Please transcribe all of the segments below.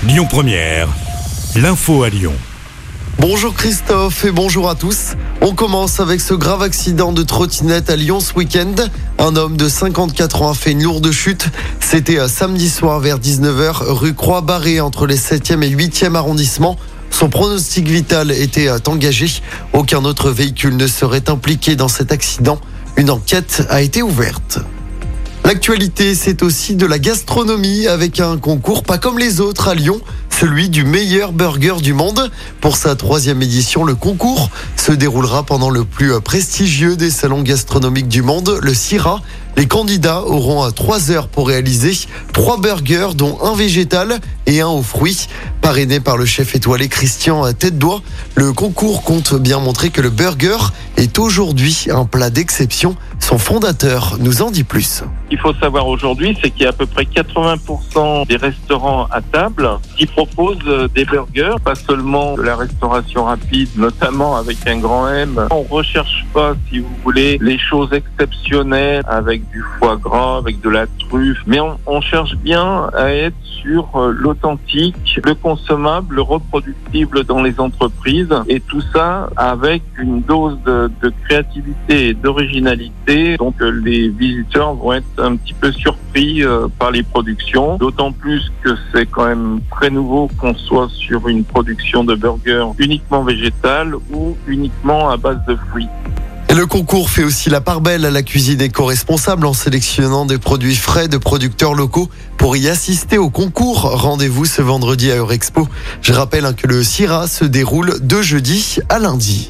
Lyon Première, l'info à Lyon. Bonjour Christophe et bonjour à tous. On commence avec ce grave accident de trottinette à Lyon ce week-end. Un homme de 54 ans a fait une lourde chute. C'était samedi soir vers 19h, rue Croix-Barrée entre les 7e et 8e arrondissements. Son pronostic vital était engagé. Aucun autre véhicule ne serait impliqué dans cet accident. Une enquête a été ouverte. L'actualité, c'est aussi de la gastronomie avec un concours pas comme les autres à Lyon, celui du meilleur burger du monde. Pour sa 3e édition, le concours se déroulera pendant le plus prestigieux des salons gastronomiques du monde, le CIRA. Les candidats auront 3 heures pour réaliser 3 burgers, dont un végétal et un aux fruits. Parrainé par le chef étoilé Christian Tête-Doigt, le concours compte bien montrer que le burger est aujourd'hui un plat d'exception. Son fondateur nous en dit plus. Il faut savoir aujourd'hui, c'est qu'il y a à peu près 80% des restaurants à table qui proposent des burgers, pas seulement de la restauration rapide, notamment avec un grand M. On recherche pas, si vous voulez, les choses exceptionnelles avec du foie gras, avec de la truffe, mais on cherche bien à être sur l'authentique, le consommable, le reproductible dans les entreprises, et tout ça avec une dose de créativité et d'originalité. Donc les visiteurs vont être un petit peu surpris par les productions, d'autant plus que c'est quand même très nouveau qu'on soit sur une production de burgers uniquement végétale ou uniquement à base de fruits. Et le concours fait aussi la part belle à la cuisine éco-responsable en sélectionnant des produits frais de producteurs locaux. Pour y assister au concours, rendez-vous ce vendredi à Eurexpo. Je rappelle que le CIRA se déroule de jeudi à lundi.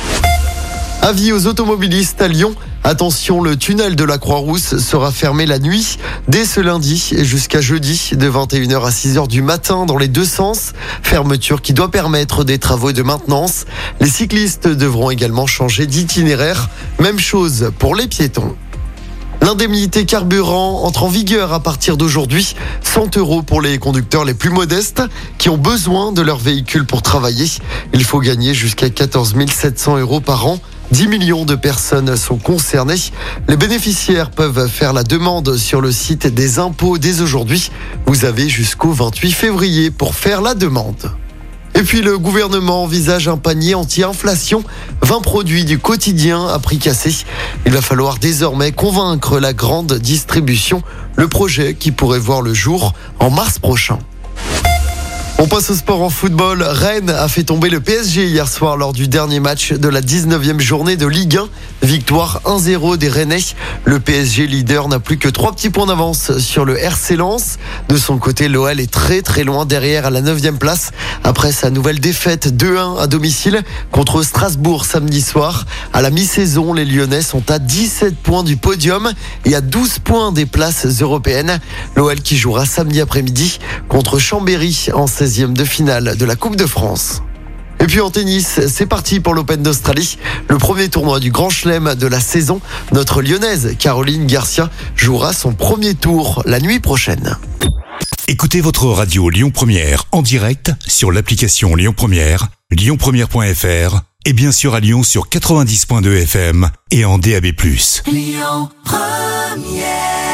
Avis aux automobilistes à Lyon. Attention, le tunnel de la Croix-Rousse sera fermé la nuit dès ce lundi et jusqu'à jeudi de 21h à 6h du matin dans les deux sens. Fermeture qui doit permettre des travaux de maintenance. Les cyclistes devront également changer d'itinéraire. Même chose pour les piétons. L'indemnité carburant entre en vigueur à partir d'aujourd'hui. 100 € pour les conducteurs les plus modestes qui ont besoin de leur véhicule pour travailler. Il faut gagner jusqu'à 14 700 € par an. 10 millions de personnes sont concernées. Les bénéficiaires peuvent faire la demande sur le site des impôts dès aujourd'hui. Vous avez jusqu'au 28 février pour faire la demande. Et puis le gouvernement envisage un panier anti-inflation, 20 produits du quotidien à prix cassé. Il va falloir désormais convaincre la grande distribution, le projet qui pourrait voir le jour en mars prochain. On passe au sport en football. Rennes a fait tomber le PSG hier soir lors du dernier match de la 19e journée de Ligue 1. Victoire 1-0 des Rennais. Le PSG leader n'a plus que 3 petits points d'avance sur le RC Lens. De son côté, l'OL est très loin derrière à la 9e place. Après sa nouvelle défaite 2-1 à domicile contre Strasbourg samedi soir. À la mi-saison, les Lyonnais sont à 17 points du podium et à 12 points des places européennes. L'OL qui jouera samedi après-midi contre Chambéry en 16e de finale de la Coupe de France. Et puis en tennis, c'est parti pour l'Open d'Australie, le premier tournoi du Grand Chelem de la saison. Notre Lyonnaise Caroline Garcia jouera son premier tour la nuit prochaine. Écoutez votre radio Lyon Première en direct sur l'application Lyon Première, lyonpremière.fr et bien sûr à Lyon sur 90.2 FM et en DAB+. Lyon Première.